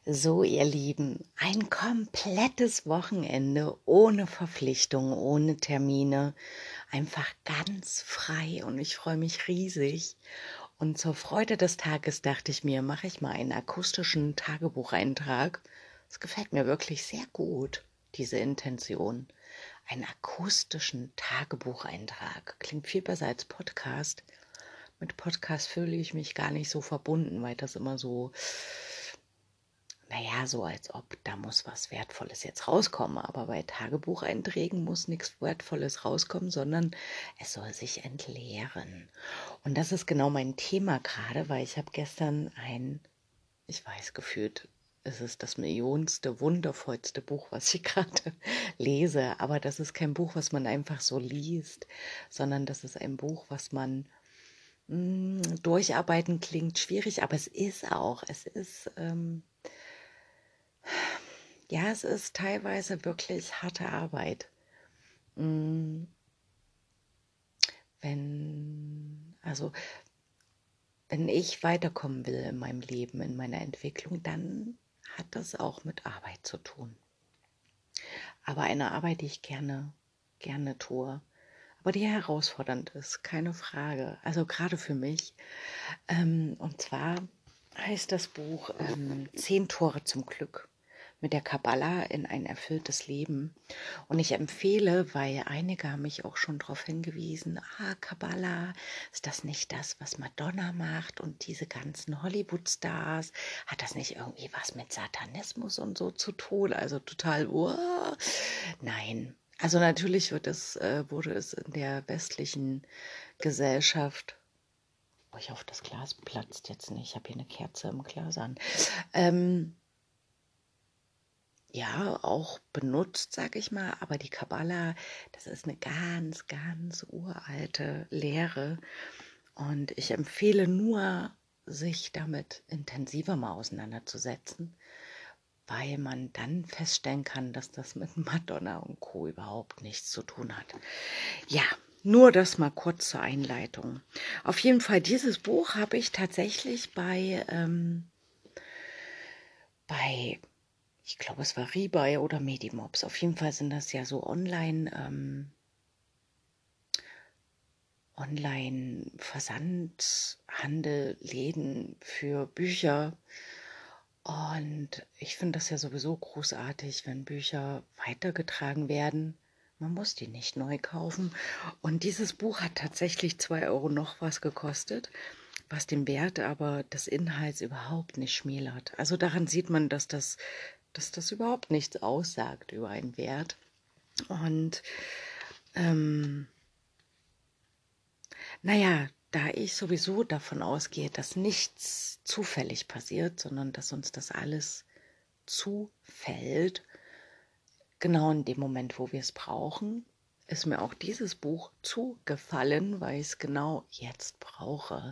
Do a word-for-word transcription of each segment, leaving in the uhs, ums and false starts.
So, ihr Lieben, ein komplettes Wochenende ohne Verpflichtungen, ohne Termine, einfach ganz frei und ich freue mich riesig. Und zur Freude des Tages dachte ich mir, mache ich mal einen akustischen Tagebucheintrag. Es gefällt mir wirklich sehr gut, diese Intention. Einen akustischen Tagebucheintrag. Klingt viel besser als Podcast. Mit Podcast fühle ich mich gar nicht so verbunden, weil das immer so, naja, so als ob da muss was Wertvolles jetzt rauskommen. Aber bei Tagebucheinträgen muss nichts Wertvolles rauskommen, sondern es soll sich entleeren. Und das ist genau mein Thema gerade, weil ich habe gestern ein, ich weiß, gefühlt, es ist das millionste, wundervollste Buch, was ich gerade lese. Aber das ist kein Buch, was man einfach so liest, sondern das ist ein Buch, was man mh, durcharbeiten klingt schwierig, aber es ist auch, es ist... Ähm, Ja, es ist teilweise wirklich harte Arbeit. Mm, Wenn, also, wenn ich weiterkommen will in meinem Leben, in meiner Entwicklung, dann hat das auch mit Arbeit zu tun. Aber eine Arbeit, die ich gerne, gerne tue, aber die herausfordernd ist, keine Frage. Also gerade für mich. Ähm, und zwar heißt das Buch ähm, Zehn Tore zum Glück mit der Kabbala in ein erfülltes Leben. Und ich empfehle, weil einige haben mich auch schon darauf hingewiesen, ah, Kabbala, ist das nicht das, was Madonna macht und diese ganzen Hollywood-Stars? Hat das nicht irgendwie was mit Satanismus und so zu tun? Also total, uh, nein. Also natürlich wird es, äh, wurde es in der westlichen Gesellschaft, oh, ich hoffe, das Glas platzt jetzt nicht, ich habe hier eine Kerze im Glas an, ähm, ja, auch benutzt, sage ich mal, aber die Kabbala, das ist eine ganz, ganz uralte Lehre und ich empfehle nur, sich damit intensiver mal auseinanderzusetzen, weil man dann feststellen kann, dass das mit Madonna und Co. überhaupt nichts zu tun hat. Ja, nur das mal kurz zur Einleitung. Auf jeden Fall, dieses Buch habe ich tatsächlich bei, ähm, bei ich glaube, es war Rebuy oder Medimobs. Auf jeden Fall sind das ja so Online, ähm, Online-Versandhandel, Läden für Bücher. Und ich finde das ja sowieso großartig, wenn Bücher weitergetragen werden. Man muss die nicht neu kaufen. Und dieses Buch hat tatsächlich zwei Euro noch was gekostet, was den Wert aber des Inhalts überhaupt nicht schmälert. Also daran sieht man, dass das, dass das überhaupt nichts aussagt über einen Wert. Und ähm, naja, da ich sowieso davon ausgehe, dass nichts zufällig passiert, sondern dass uns das alles zufällt, genau in dem Moment, wo wir es brauchen, ist mir auch dieses Buch zugefallen, weil ich es genau jetzt brauche.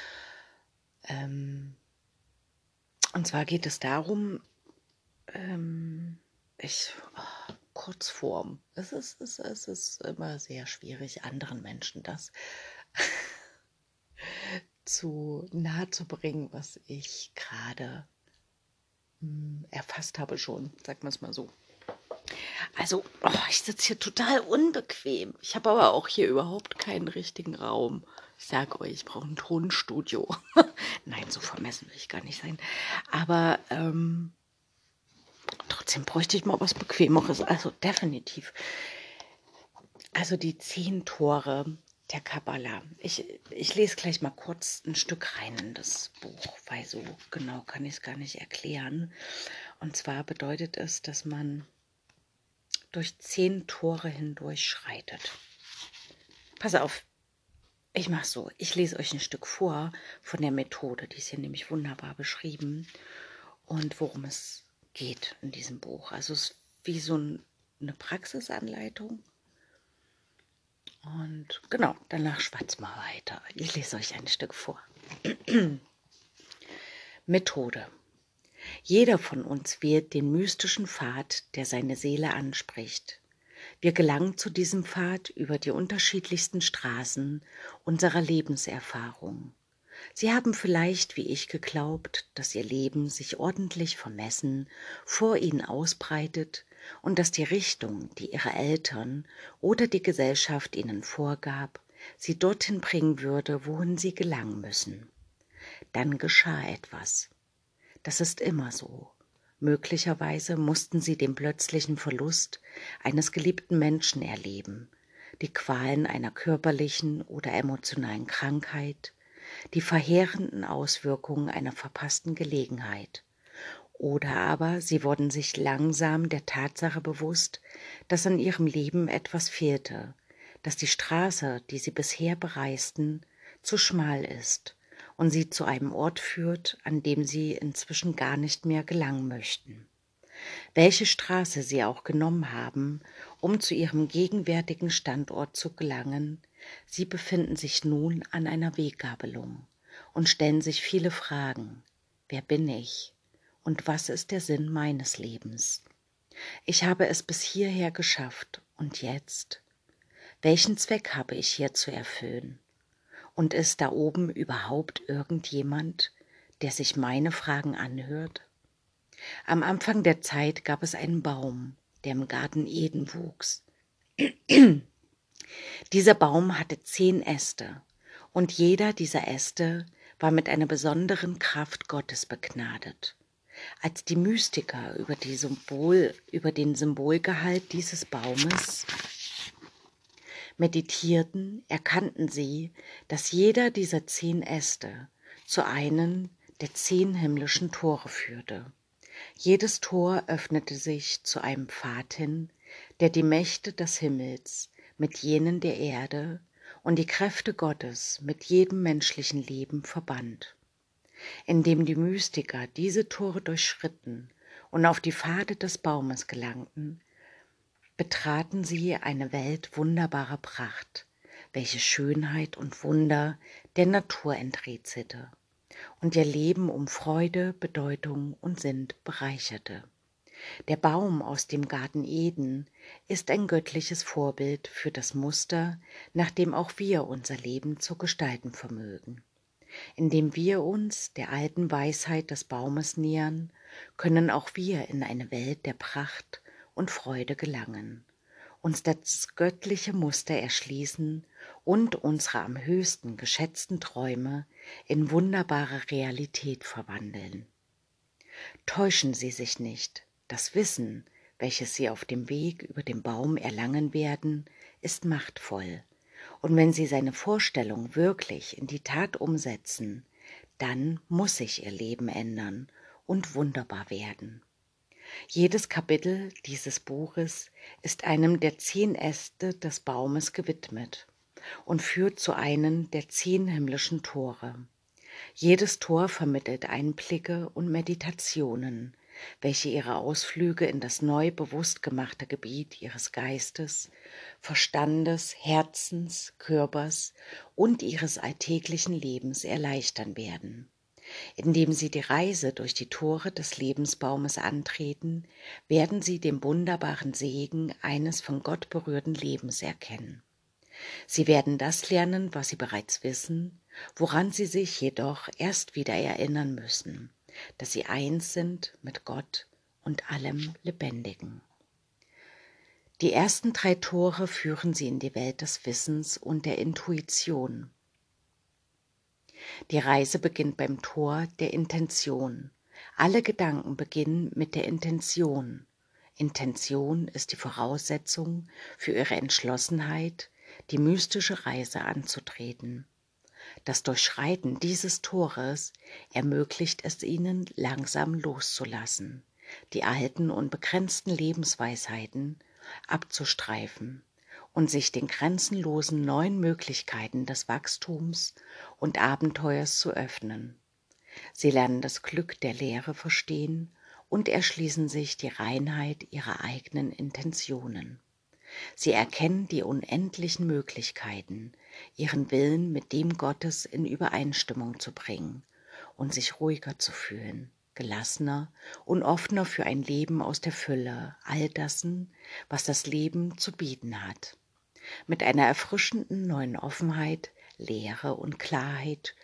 Ähm, und zwar geht es darum, ähm, ich, oh, Kurzform. Es ist, es, es ist immer sehr schwierig, anderen Menschen das zu nahe zu bringen, was ich gerade hm, erfasst habe schon, sagen wir es mal so. Also, oh, ich sitze hier total unbequem. Ich habe aber auch hier überhaupt keinen richtigen Raum. Ich sage euch, ich brauche ein Tonstudio. Nein, so vermessen will ich gar nicht sein. Aber ähm, trotzdem bräuchte ich mal was Bequemeres. Also definitiv. Also die zehn Tore der Kabbala. Ich, ich lese gleich mal kurz ein Stück rein in das Buch, weil so genau kann ich es gar nicht erklären. Und zwar bedeutet es, dass man durch zehn Tore hindurch schreitet. Pass auf, ich mache so. Ich lese euch ein Stück vor von der Methode. Die ist hier nämlich wunderbar beschrieben und worum es geht in diesem Buch. Also es ist wie so ein, eine Praxisanleitung. Und genau, danach schwatzt mal weiter. Ich lese euch ein Stück vor. Methode. Jeder von uns wählt den mystischen Pfad, der seine Seele anspricht. Wir gelangen zu diesem Pfad über die unterschiedlichsten Straßen unserer Lebenserfahrung. Sie haben vielleicht, wie ich, geglaubt, dass ihr Leben sich ordentlich vermessen vor ihnen ausbreitet und dass die Richtung, die ihre Eltern oder die Gesellschaft ihnen vorgab, sie dorthin bringen würde, wohin sie gelangen müssen. Dann geschah etwas. Das ist immer so. Möglicherweise mussten sie den plötzlichen Verlust eines geliebten Menschen erleben, die Qualen einer körperlichen oder emotionalen Krankheit, die verheerenden Auswirkungen einer verpassten Gelegenheit. Oder aber sie wurden sich langsam der Tatsache bewusst, dass an ihrem Leben etwas fehlte, dass die Straße, die sie bisher bereisten, zu schmal ist und sie zu einem Ort führt, an dem sie inzwischen gar nicht mehr gelangen möchten. Welche Straße sie auch genommen haben, um zu ihrem gegenwärtigen Standort zu gelangen, sie befinden sich nun an einer Weggabelung und stellen sich viele Fragen. Wer bin ich? Und was ist der Sinn meines Lebens? Ich habe es bis hierher geschafft, und jetzt? Welchen Zweck habe ich hier zu erfüllen? Und ist da oben überhaupt irgendjemand, der sich meine Fragen anhört? Am Anfang der Zeit gab es einen Baum, der im Garten Eden wuchs. Dieser Baum hatte zehn Äste, und jeder dieser Äste war mit einer besonderen Kraft Gottes begnadet. Als die Mystiker über, die Symbol, über den Symbolgehalt dieses Baumes meditierten, erkannten sie, dass jeder dieser zehn Äste zu einem der zehn himmlischen Tore führte. Jedes Tor öffnete sich zu einem Pfad hin, der die Mächte des Himmels mit jenen der Erde und die Kräfte Gottes mit jedem menschlichen Leben verband. Indem die Mystiker diese Tore durchschritten und auf die Pfade des Baumes gelangten, betraten sie eine Welt wunderbarer Pracht, welche Schönheit und Wunder der Natur enträtselte und ihr Leben um Freude, Bedeutung und Sinn bereicherte. Der Baum aus dem Garten Eden ist ein göttliches Vorbild für das Muster, nach dem auch wir unser Leben zu gestalten vermögen. Indem wir uns der alten Weisheit des Baumes nähern, können auch wir in eine Welt der Pracht und Freude gelangen, uns das göttliche Muster erschließen und unsere am höchsten geschätzten Träume in wunderbare Realität verwandeln. Täuschen Sie sich nicht, das Wissen, welches Sie auf dem Weg über den Baum erlangen werden, ist machtvoll. Und wenn Sie seine Vorstellung wirklich in die Tat umsetzen, dann muss sich Ihr Leben ändern und wunderbar werden. Jedes Kapitel dieses Buches ist einem der zehn Äste des Baumes gewidmet und führt zu einem der zehn himmlischen Tore. Jedes Tor vermittelt Einblicke und Meditationen, welche ihre Ausflüge in das neu bewusst gemachte Gebiet ihres Geistes, Verstandes, Herzens, Körpers und ihres alltäglichen Lebens erleichtern werden. Indem sie die Reise durch die Tore des Lebensbaumes antreten, werden sie den wunderbaren Segen eines von Gott berührten Lebens erkennen. Sie werden das lernen, was sie bereits wissen, woran sie sich jedoch erst wieder erinnern müssen, dass sie eins sind mit Gott und allem Lebendigen. Die ersten drei Tore führen sie in die Welt des Wissens und der Intuition. Die Reise beginnt beim Tor der Intention. Alle Gedanken beginnen mit der Intention. Intention ist die Voraussetzung für ihre Entschlossenheit, die mystische Reise anzutreten. Das Durchschreiten dieses Tores ermöglicht es ihnen, langsam loszulassen, die alten und begrenzten Lebensweisheiten abzustreifen und sich den grenzenlosen neuen Möglichkeiten des Wachstums und Abenteuers zu öffnen. Sie lernen das Glück der Lehre verstehen und erschließen sich die Reinheit ihrer eigenen Intentionen. Sie erkennen die unendlichen Möglichkeiten, ihren Willen mit dem Gottes in Übereinstimmung zu bringen und sich ruhiger zu fühlen, gelassener und offener für ein Leben aus der Fülle all dessen, was das Leben zu bieten hat. Mit einer erfrischenden neuen Offenheit, Leere und Klarheit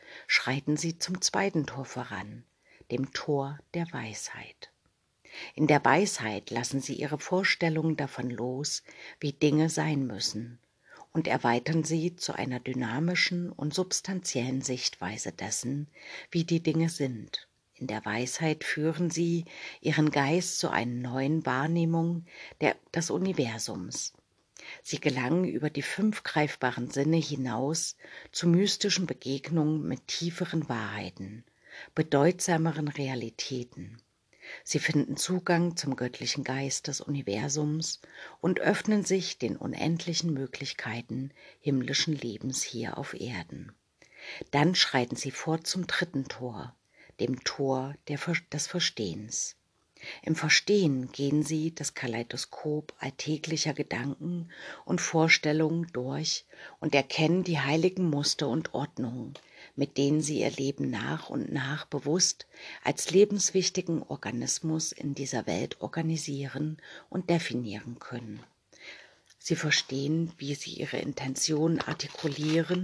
schreiten Sie zum zweiten Tor voran, dem Tor der Weisheit. In der Weisheit lassen Sie Ihre Vorstellungen davon los, wie Dinge sein müssen, und erweitern sie zu einer dynamischen und substanziellen Sichtweise dessen, wie die Dinge sind. In der Weisheit führen Sie Ihren Geist zu einer neuen Wahrnehmung der, des Universums. Sie gelangen über die fünf greifbaren Sinne hinaus zu mystischen Begegnungen mit tieferen Wahrheiten, bedeutsameren Realitäten. Sie finden Zugang zum göttlichen Geist des Universums und öffnen sich den unendlichen Möglichkeiten himmlischen Lebens hier auf Erden. Dann schreiten sie fort zum dritten Tor, dem Tor der, des Verstehens. Im Verstehen gehen sie das Kaleidoskop alltäglicher Gedanken und Vorstellungen durch und erkennen die heiligen Muster und Ordnungen, mit denen sie ihr Leben nach und nach bewusst als lebenswichtigen Organismus in dieser Welt organisieren und definieren können. Sie verstehen, wie sie ihre Intentionen artikulieren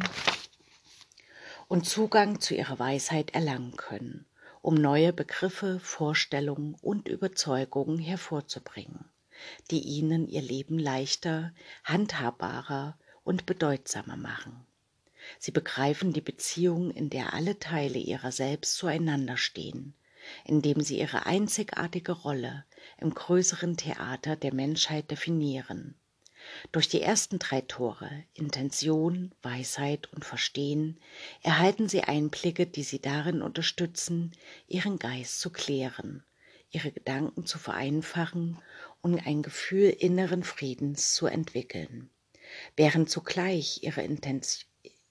und Zugang zu ihrer Weisheit erlangen können, um neue Begriffe, Vorstellungen und Überzeugungen hervorzubringen, die ihnen ihr Leben leichter, handhabbarer und bedeutsamer machen. Sie begreifen die Beziehung, in der alle Teile ihrer selbst zueinander stehen, indem sie ihre einzigartige Rolle im größeren Theater der Menschheit definieren. Durch die ersten drei Tore, Intention, Weisheit und Verstehen, erhalten sie Einblicke, die sie darin unterstützen, ihren Geist zu klären, ihre Gedanken zu vereinfachen und ein Gefühl inneren Friedens zu entwickeln, während zugleich ihre Intention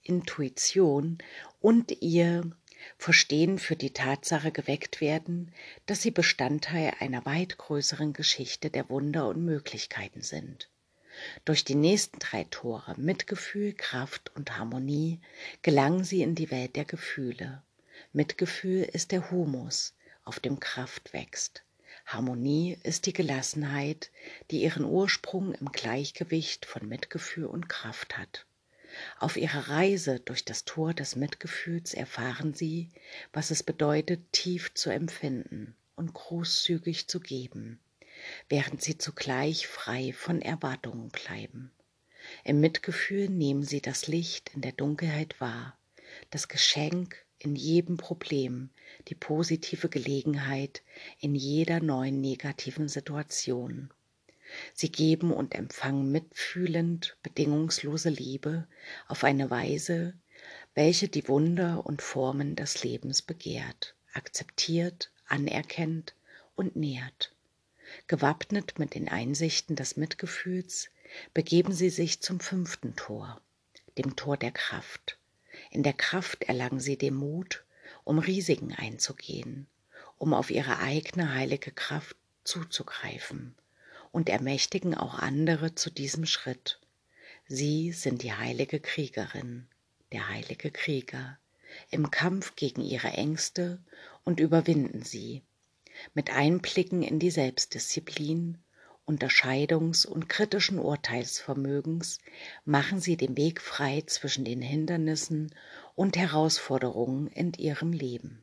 Intuition und ihr Verstehen für die Tatsache geweckt werden, dass sie Bestandteil einer weit größeren Geschichte der Wunder und Möglichkeiten sind. Durch die nächsten drei Tore Mitgefühl, Kraft und Harmonie gelangen sie in die Welt der Gefühle. Mitgefühl ist der Humus, auf dem Kraft wächst. Harmonie ist die Gelassenheit, die ihren Ursprung im Gleichgewicht von Mitgefühl und Kraft hat. Auf ihrer Reise durch das Tor des Mitgefühls erfahren sie, was es bedeutet, tief zu empfinden und großzügig zu geben, während sie zugleich frei von Erwartungen bleiben. Im Mitgefühl nehmen sie das Licht in der Dunkelheit wahr, das Geschenk in jedem Problem, die positive Gelegenheit in jeder neuen negativen Situation. Sie geben und empfangen mitfühlend bedingungslose Liebe auf eine Weise, welche die Wunder und Formen des Lebens begehrt, akzeptiert, anerkennt und nährt. Gewappnet mit den Einsichten des Mitgefühls begeben sie sich zum fünften Tor, dem Tor der Kraft. In der Kraft erlangen sie den Mut, um Risiken einzugehen, um auf ihre eigene heilige Kraft zuzugreifen, und ermächtigen auch andere zu diesem Schritt. Sie sind die heilige Kriegerin, der heilige Krieger, im Kampf gegen ihre Ängste und überwinden sie. Mit Einblicken in die Selbstdisziplin, Unterscheidungs- und kritischen Urteilsvermögens machen sie den Weg frei zwischen den Hindernissen und Herausforderungen in ihrem Leben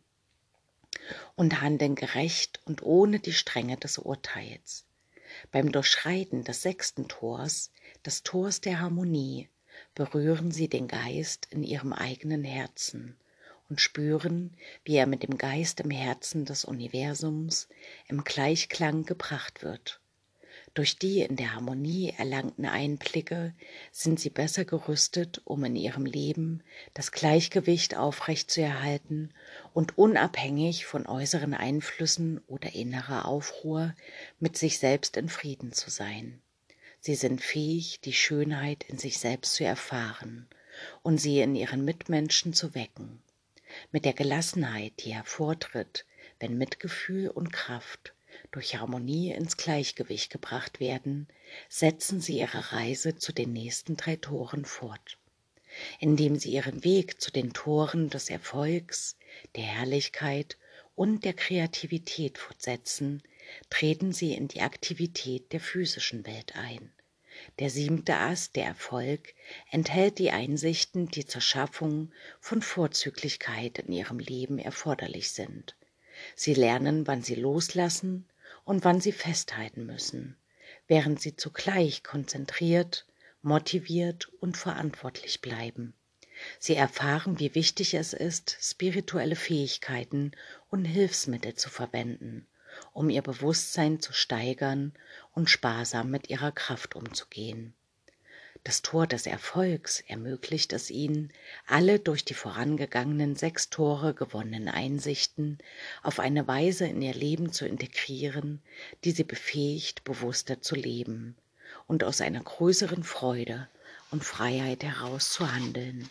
und handeln gerecht und ohne die Strenge des Urteils. Beim Durchschreiten des sechsten Tors, des Tors der Harmonie, berühren sie den Geist in ihrem eigenen Herzen und spüren, wie er mit dem Geist im Herzen des Universums im Gleichklang gebracht wird. Durch die in der Harmonie erlangten Einblicke sind sie besser gerüstet, um in ihrem Leben das Gleichgewicht aufrechtzuerhalten und unabhängig von äußeren Einflüssen oder innerer Aufruhr mit sich selbst in Frieden zu sein. Sie sind fähig, die Schönheit in sich selbst zu erfahren und sie in ihren Mitmenschen zu wecken. Mit der Gelassenheit, die hervortritt, wenn Mitgefühl und Kraft durch Harmonie ins Gleichgewicht gebracht werden, setzen sie ihre Reise zu den nächsten drei Toren fort, indem sie ihren Weg zu den Toren des Erfolgs, der Herrlichkeit und der Kreativität fortsetzen, treten sie in die Aktivität der physischen Welt ein. Der siebente Ast, der Erfolg, enthält die Einsichten, die zur Schaffung von Vorzüglichkeit in ihrem Leben erforderlich sind. Sie lernen, wann sie loslassen und wann sie festhalten müssen, während sie zugleich konzentriert, motiviert und verantwortlich bleiben. Sie erfahren, wie wichtig es ist, spirituelle Fähigkeiten und Hilfsmittel zu verwenden, um ihr Bewusstsein zu steigern und sparsam mit ihrer Kraft umzugehen. Das Tor des Erfolgs ermöglicht es ihnen, alle durch die vorangegangenen sechs Tore gewonnenen Einsichten auf eine Weise in ihr Leben zu integrieren, die sie befähigt, bewusster zu leben und aus einer größeren Freude und Freiheit heraus zu handeln.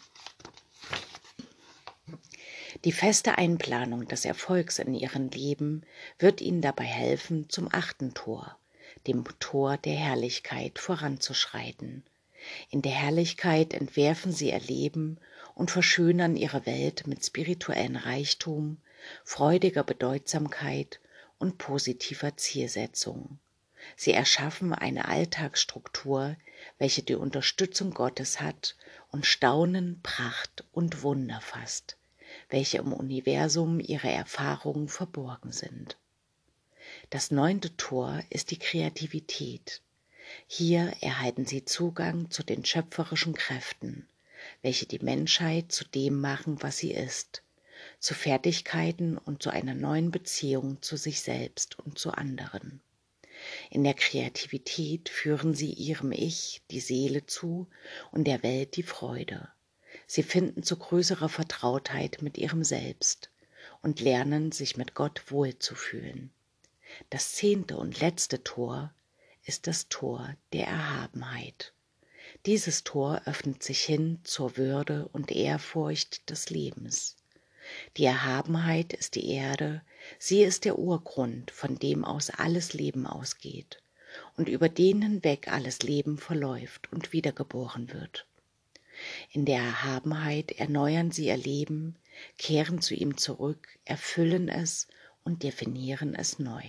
Die feste Einplanung des Erfolgs in ihrem Leben wird ihnen dabei helfen, zum achten Tor, dem Tor der Herrlichkeit, voranzuschreiten. In der Herrlichkeit entwerfen sie ihr Leben und verschönern ihre Welt mit spirituellem Reichtum, freudiger Bedeutsamkeit und positiver Zielsetzung. Sie erschaffen eine Alltagsstruktur, welche die Unterstützung Gottes hat und Staunen, Pracht und Wunder fasst, welche im Universum ihrer Erfahrungen verborgen sind. Das neunte Tor ist die Kreativität. Hier erhalten sie Zugang zu den schöpferischen Kräften, welche die Menschheit zu dem machen, was sie ist, zu Fertigkeiten und zu einer neuen Beziehung zu sich selbst und zu anderen. In der Kreativität führen sie ihrem Ich die Seele zu und der Welt die Freude. Sie finden zu größerer Vertrautheit mit ihrem Selbst und lernen, sich mit Gott wohlzufühlen. Das zehnte und letzte Tor ist das Tor der Erhabenheit. Dieses Tor öffnet sich hin zur Würde und Ehrfurcht des Lebens. Die Erhabenheit ist die Erde, sie ist der Urgrund, von dem aus alles Leben ausgeht und über den hinweg alles Leben verläuft und wiedergeboren wird. In der Erhabenheit erneuern sie ihr Leben, kehren zu ihm zurück, erfüllen es und definieren es neu.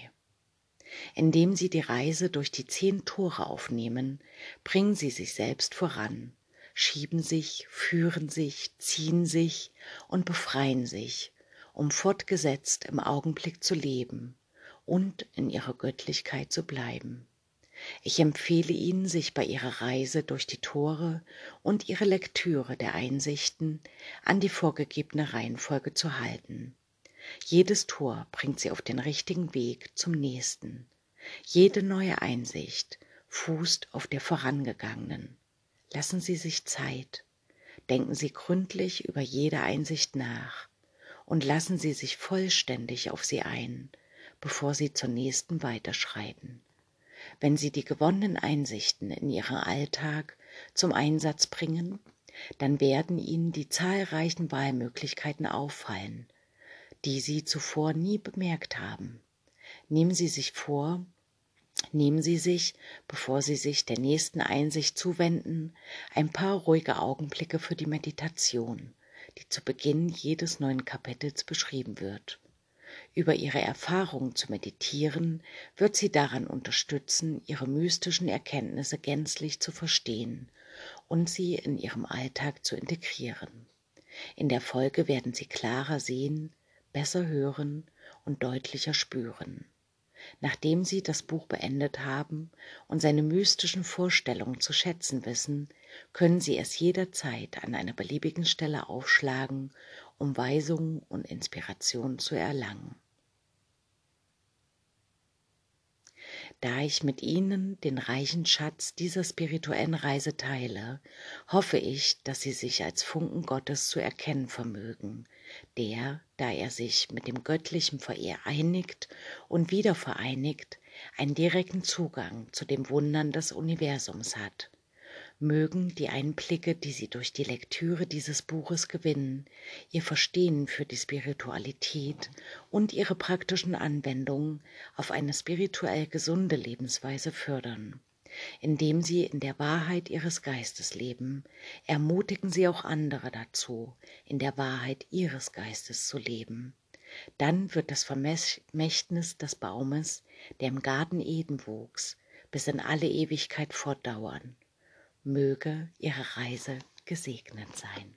Indem sie die Reise durch die zehn Tore aufnehmen, bringen sie sich selbst voran, schieben sich, führen sich, ziehen sich und befreien sich, um fortgesetzt im Augenblick zu leben und in ihrer Göttlichkeit zu bleiben. Ich empfehle Ihnen, sich bei Ihrer Reise durch die Tore und Ihre Lektüre der Einsichten an die vorgegebene Reihenfolge zu halten. Jedes Tor bringt Sie auf den richtigen Weg zum nächsten. Jede neue Einsicht fußt auf der vorangegangenen. Lassen Sie sich Zeit. Denken Sie gründlich über jede Einsicht nach und lassen Sie sich vollständig auf sie ein, bevor Sie zur nächsten weiterschreiten. Wenn Sie die gewonnenen Einsichten in Ihren Alltag zum Einsatz bringen, dann werden Ihnen die zahlreichen Wahlmöglichkeiten auffallen, die Sie zuvor nie bemerkt haben. Nehmen Sie sich vor, nehmen Sie sich, bevor Sie sich der nächsten Einsicht zuwenden, ein paar ruhige Augenblicke für die Meditation, die zu Beginn jedes neuen Kapitels beschrieben wird. Über ihre Erfahrungen zu meditieren, wird sie daran unterstützen, ihre mystischen Erkenntnisse gänzlich zu verstehen und sie in ihrem Alltag zu integrieren. In der Folge werden sie klarer sehen, besser hören und deutlicher spüren. Nachdem sie das Buch beendet haben und seine mystischen Vorstellungen zu schätzen wissen, können sie es jederzeit an einer beliebigen Stelle aufschlagen, um Weisungen und Inspiration zu erlangen. Da ich mit Ihnen den reichen Schatz dieser spirituellen Reise teile, hoffe ich, dass Sie sich als Funken Gottes zu erkennen vermögen, der, da er sich mit dem Göttlichen vereinigt und wieder vereinigt, einen direkten Zugang zu den Wundern des Universums hat. Mögen die Einblicke, die Sie durch die Lektüre dieses Buches gewinnen, Ihr Verstehen für die Spiritualität und Ihre praktischen Anwendungen auf eine spirituell gesunde Lebensweise fördern. Indem Sie in der Wahrheit Ihres Geistes leben, ermutigen Sie auch andere dazu, in der Wahrheit Ihres Geistes zu leben. Dann wird das Vermächtnis des Baumes, der im Garten Eden wuchs, bis in alle Ewigkeit fortdauern. möge Ihre Reise gesegnet sein.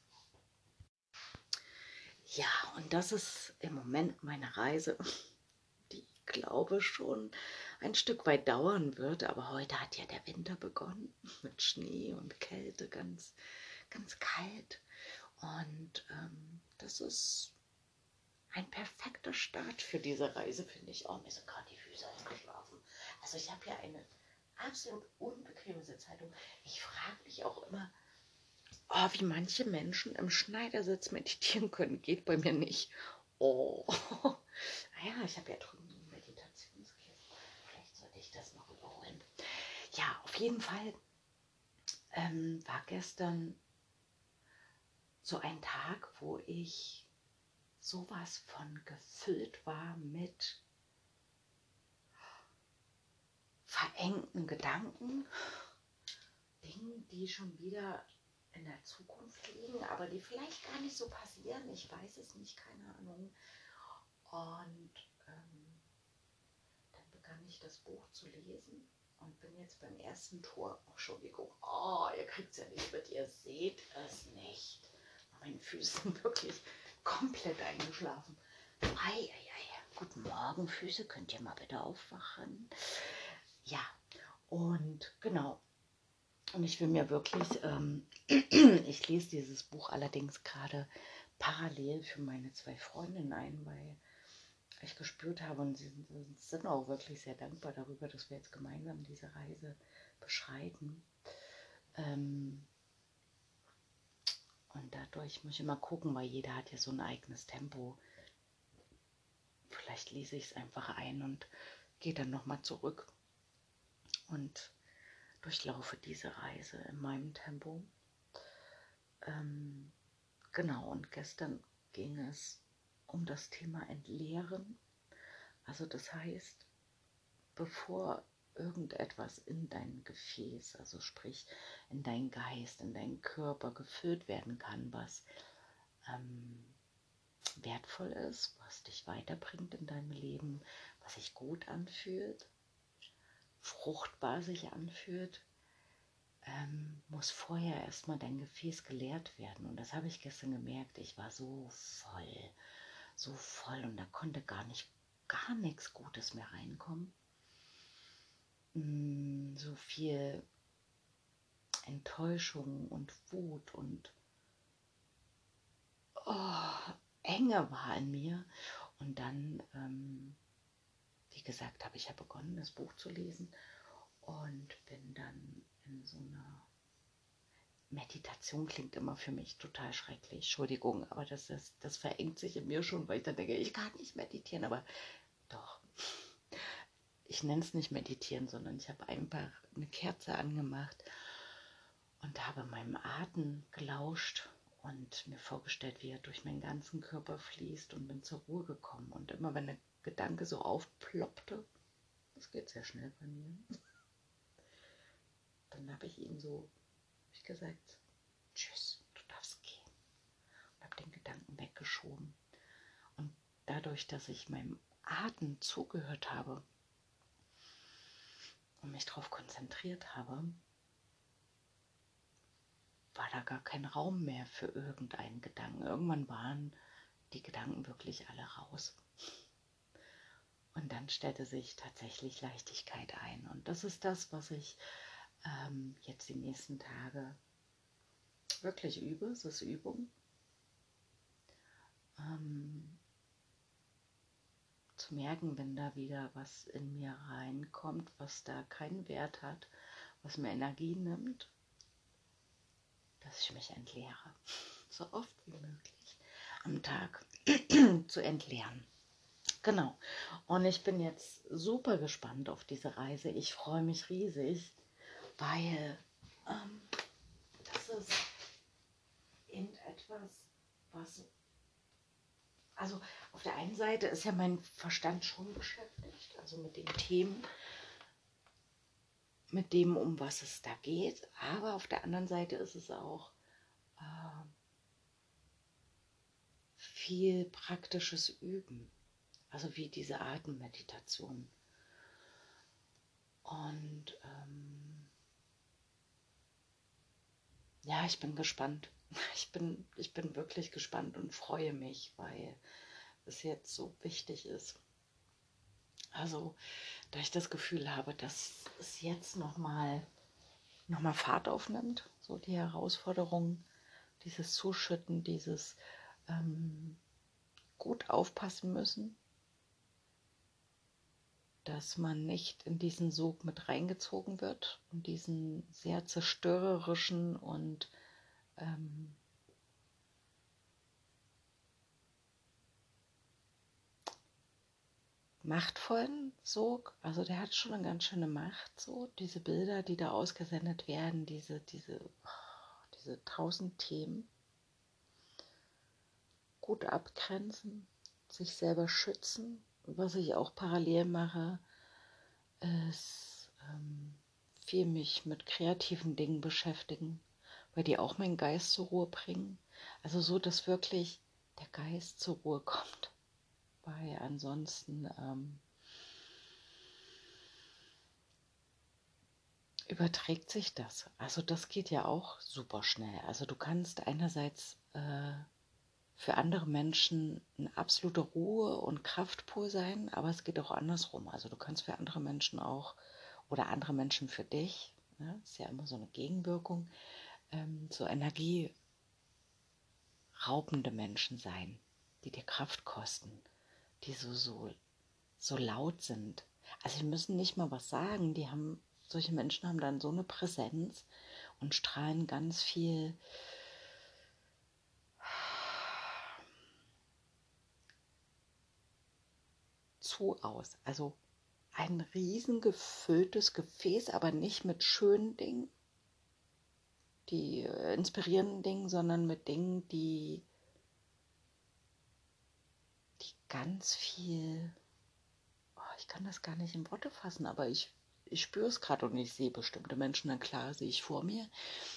Ja, und das ist im Moment meine Reise, die ich glaube schon ein Stück weit dauern wird. Aber heute hat ja der Winter begonnen mit Schnee und Kälte, ganz, ganz kalt. Und ähm, das ist ein perfekter Start für diese Reise, finde ich. Oh, mir sind gerade die Füße eingeschlafen. Also ich habe hier eine absolut unbequeme Sitzhaltung. Ich frage mich auch immer, oh, wie manche Menschen im Schneidersitz meditieren können. Geht bei mir nicht. Oh, naja, ich habe ja drüben so ein Meditationskissen. Vielleicht sollte ich das noch überholen. Ja, auf jeden Fall ähm, war gestern so ein Tag, wo ich sowas von gefüllt war mit verengten Gedanken, Dingen, die schon wieder in der Zukunft liegen, aber die vielleicht gar nicht so passieren. Ich weiß es nicht, keine Ahnung. Und ähm, dann begann ich das Buch zu lesen und bin jetzt beim ersten Tor. Oh, Entschuldigung, oh, ihr kriegt es ja nicht mit, ihr seht es nicht. Meine Füße sind wirklich komplett eingeschlafen. Ei, ei, ei. Guten Morgen, Füße, könnt ihr mal bitte aufwachen? Ja, und genau. Und ich will mir wirklich, ähm, ich lese dieses Buch allerdings gerade parallel für meine zwei Freundinnen ein, weil ich gespürt habe und sie sind, sind auch wirklich sehr dankbar darüber, dass wir jetzt gemeinsam diese Reise beschreiten. Ähm, und dadurch muss ich immer gucken, weil jeder hat ja so ein eigenes Tempo. Vielleicht lese ich es einfach ein und gehe dann nochmal zurück und durchlaufe diese Reise in meinem Tempo. Ähm, genau, und gestern ging es um das Thema Entleeren. Also das heißt, bevor irgendetwas in dein Gefäß, also sprich in deinen Geist, in deinen Körper gefüllt werden kann, was ähm, wertvoll ist, was dich weiterbringt in deinem Leben, was sich gut anfühlt, fruchtbar sich anfühlt, ähm, muss vorher erstmal dein Gefäß geleert werden. Und das habe ich gestern gemerkt. Ich war so voll, so voll und da konnte gar nicht, gar nichts Gutes mehr reinkommen. Mm, so viel Enttäuschung und Wut und oh, Enge war in mir. Und dann, ähm, wie gesagt, habe ich ja begonnen, das Buch zu lesen und bin dann in so einer Meditation klingt immer für mich total schrecklich. Entschuldigung, aber das, ist, das verengt sich in mir schon, weil ich dann denke, ich kann nicht meditieren, aber doch. Ich nenne es nicht meditieren, sondern ich habe einfach eine Kerze angemacht und habe meinem Atem gelauscht und mir vorgestellt, wie er durch meinen ganzen Körper fließt und bin zur Ruhe gekommen. Und immer wenn der Gedanke so aufploppte, das geht sehr schnell bei mir, dann habe ich ihm so hab ich gesagt, tschüss, du darfst gehen. Und habe den Gedanken weggeschoben. Und dadurch, dass ich meinem Atem zugehört habe und mich darauf konzentriert habe, war da gar kein Raum mehr für irgendeinen Gedanken. Irgendwann waren die Gedanken wirklich alle raus. Und dann stellte sich tatsächlich Leichtigkeit ein. Und das ist das, was ich ähm, jetzt die nächsten Tage wirklich übe. Es ist Übung. Ähm, zu merken, wenn da wieder was in mir reinkommt, was da keinen Wert hat, was mir Energie nimmt, dass ich mich entleere. So oft wie möglich am Tag zu entleeren. Genau. Und ich bin jetzt super gespannt auf diese Reise. Ich freue mich riesig, weil ähm, das ist eben etwas, was... Also auf der einen Seite ist ja mein Verstand schon beschäftigt, also mit den Themen, mit dem, um was es da geht. Aber auf der anderen Seite ist es auch äh, viel praktisches Üben. Also wie diese Atemmeditation. Und ähm, ja, ich bin gespannt. Ich bin, ich bin wirklich gespannt und freue mich, weil es jetzt so wichtig ist. Also, da ich das Gefühl habe, dass es jetzt nochmal noch mal Fahrt aufnimmt, so die Herausforderung, dieses Zuschütten, dieses ähm, gut aufpassen müssen, dass man nicht in diesen Sog mit reingezogen wird und diesen sehr zerstörerischen und ähm, machtvollen Sog. Also der hat schon eine ganz schöne Macht, so diese Bilder, die da ausgesendet werden, diese, diese, diese tausend Themen. Gut abgrenzen, sich selber schützen. Was ich auch parallel mache, ist ähm, viel mich mit kreativen Dingen beschäftigen, weil die auch meinen Geist zur Ruhe bringen. Also so, dass wirklich der Geist zur Ruhe kommt. Weil ansonsten ähm, überträgt sich das. Also das geht ja auch super schnell. Also du kannst einerseits äh, für andere Menschen eine absolute Ruhe und Kraftpol sein, aber es geht auch andersrum. Also du kannst für andere Menschen auch oder andere Menschen für dich, ne, ist ja immer so eine Gegenwirkung, ähm, so energieraubende Menschen sein, die dir Kraft kosten, die so, so, so laut sind. Also die müssen nicht mal was sagen, die haben, solche Menschen haben dann so eine Präsenz und strahlen ganz viel zu aus. Also ein riesen gefülltes Gefäß, aber nicht mit schönen Dingen, die äh, inspirierenden Dingen, sondern mit Dingen, die, die ganz viel, oh, ich kann das gar nicht in Worte fassen, aber ich, ich spüre es gerade und ich sehe bestimmte Menschen, dann klar sehe ich vor mir,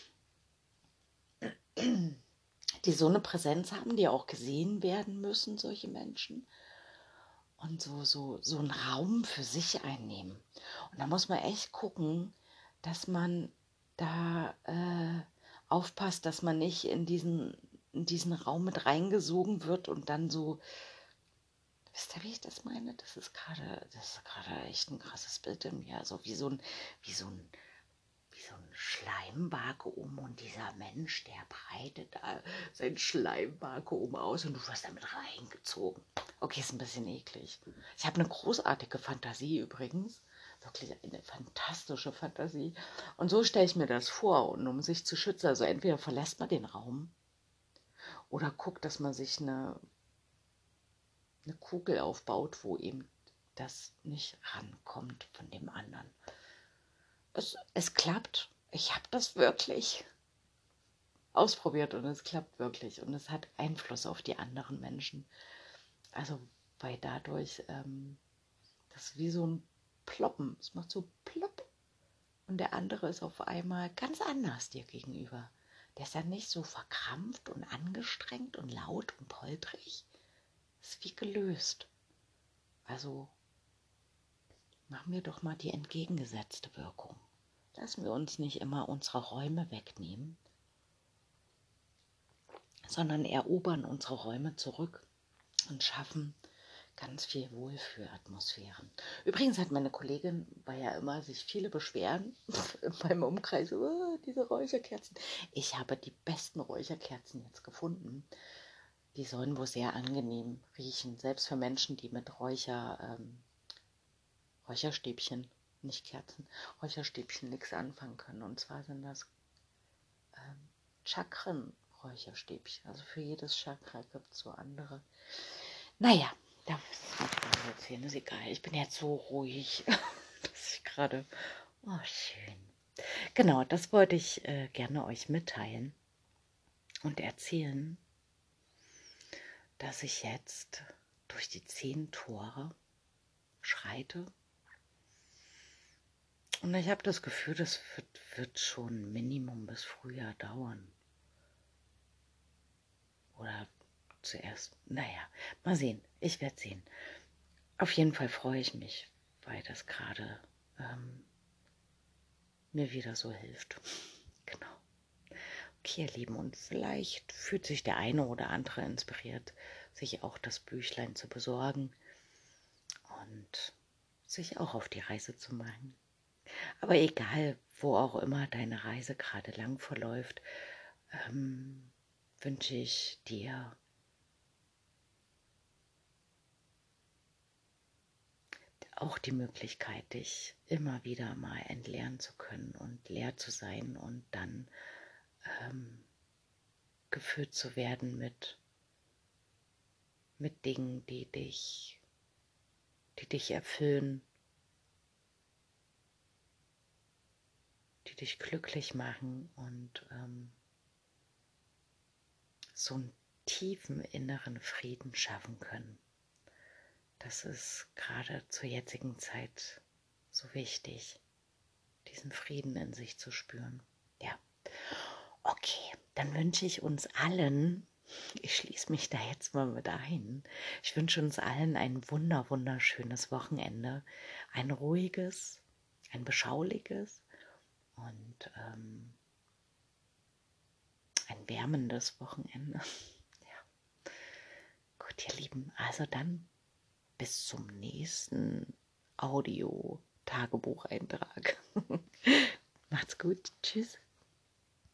die so eine Präsenz haben, die auch gesehen werden müssen, solche Menschen. Und so, so, so einen Raum für sich einnehmen. Und da muss man echt gucken, dass man da äh, aufpasst, dass man nicht in diesen, in diesen Raum mit reingesogen wird und dann so, wisst ihr, wie ich das meine? Das ist gerade, das ist gerade echt ein krasses Bild in mir. Also wie so ein, wie so ein, wie so ein Schleimvakuum und dieser Mensch, der breitet da sein Schleimvakuum aus und du wirst damit reingezogen. Okay, ist ein bisschen eklig. Ich habe eine großartige Fantasie übrigens. Wirklich eine fantastische Fantasie. Und so stelle ich mir das vor. Und um sich zu schützen, also entweder verlässt man den Raum oder guckt, dass man sich eine, eine Kugel aufbaut, wo eben das nicht rankommt von dem anderen. Es, es klappt. Ich habe das wirklich ausprobiert und es klappt wirklich. Und es hat Einfluss auf die anderen Menschen. Also, weil dadurch, ähm, das ist wie so ein Ploppen. Es macht so plopp. Und der andere ist auf einmal ganz anders dir gegenüber. Der ist dann nicht so verkrampft und angestrengt und laut und poltrig. Ist wie gelöst. Also machen wir doch mal die entgegengesetzte Wirkung. Lassen wir uns nicht immer unsere Räume wegnehmen, sondern erobern unsere Räume zurück und schaffen ganz viel Wohlfühlatmosphären. Übrigens hat meine Kollegin, weil ja immer sich viele beschweren in meinem Umkreis, oh, diese Räucherkerzen. Ich habe die besten Räucherkerzen jetzt gefunden. Die sollen wohl sehr angenehm riechen, selbst für Menschen, die mit Räucher, ähm, Räucherstäbchen, nicht Kerzen, Räucherstäbchen nichts anfangen können. Und zwar sind das ähm, Chakren-Räucherstäbchen. Also für jedes Chakra gibt es so andere. Naja, das muss ich mal erzählen, ist egal. Ich bin jetzt so ruhig, dass ich gerade, oh schön. Genau, das wollte ich äh, gerne euch mitteilen und erzählen, dass ich jetzt durch die zehn Tore schreite. Und ich habe das Gefühl, das wird, wird schon Minimum bis Frühjahr dauern. Oder zuerst, naja, mal sehen, ich werde sehen. Auf jeden Fall freue ich mich, weil das gerade ähm, mir wieder so hilft. Genau. Okay, ihr Lieben, und vielleicht fühlt sich der eine oder andere inspiriert, sich auch das Büchlein zu besorgen und sich auch auf die Reise zu machen. Aber egal, wo auch immer deine Reise gerade lang verläuft, ähm, wünsche ich dir auch die Möglichkeit, dich immer wieder mal entleeren zu können und leer zu sein und dann ähm, gefüllt zu werden mit, mit Dingen, die dich, die dich erfüllen, die dich glücklich machen und ähm, so einen tiefen inneren Frieden schaffen können. Das ist gerade zur jetzigen Zeit so wichtig, diesen Frieden in sich zu spüren. Ja, okay, dann wünsche ich uns allen, ich schließe mich da jetzt mal mit ein, ich wünsche uns allen ein wunder, wunderschönes Wochenende, ein ruhiges, ein beschauliches und ähm, ein wärmendes Wochenende. Ja, gut, ihr Lieben, also dann bis zum nächsten Audio-Tagebucheintrag. Macht's gut. Tschüss.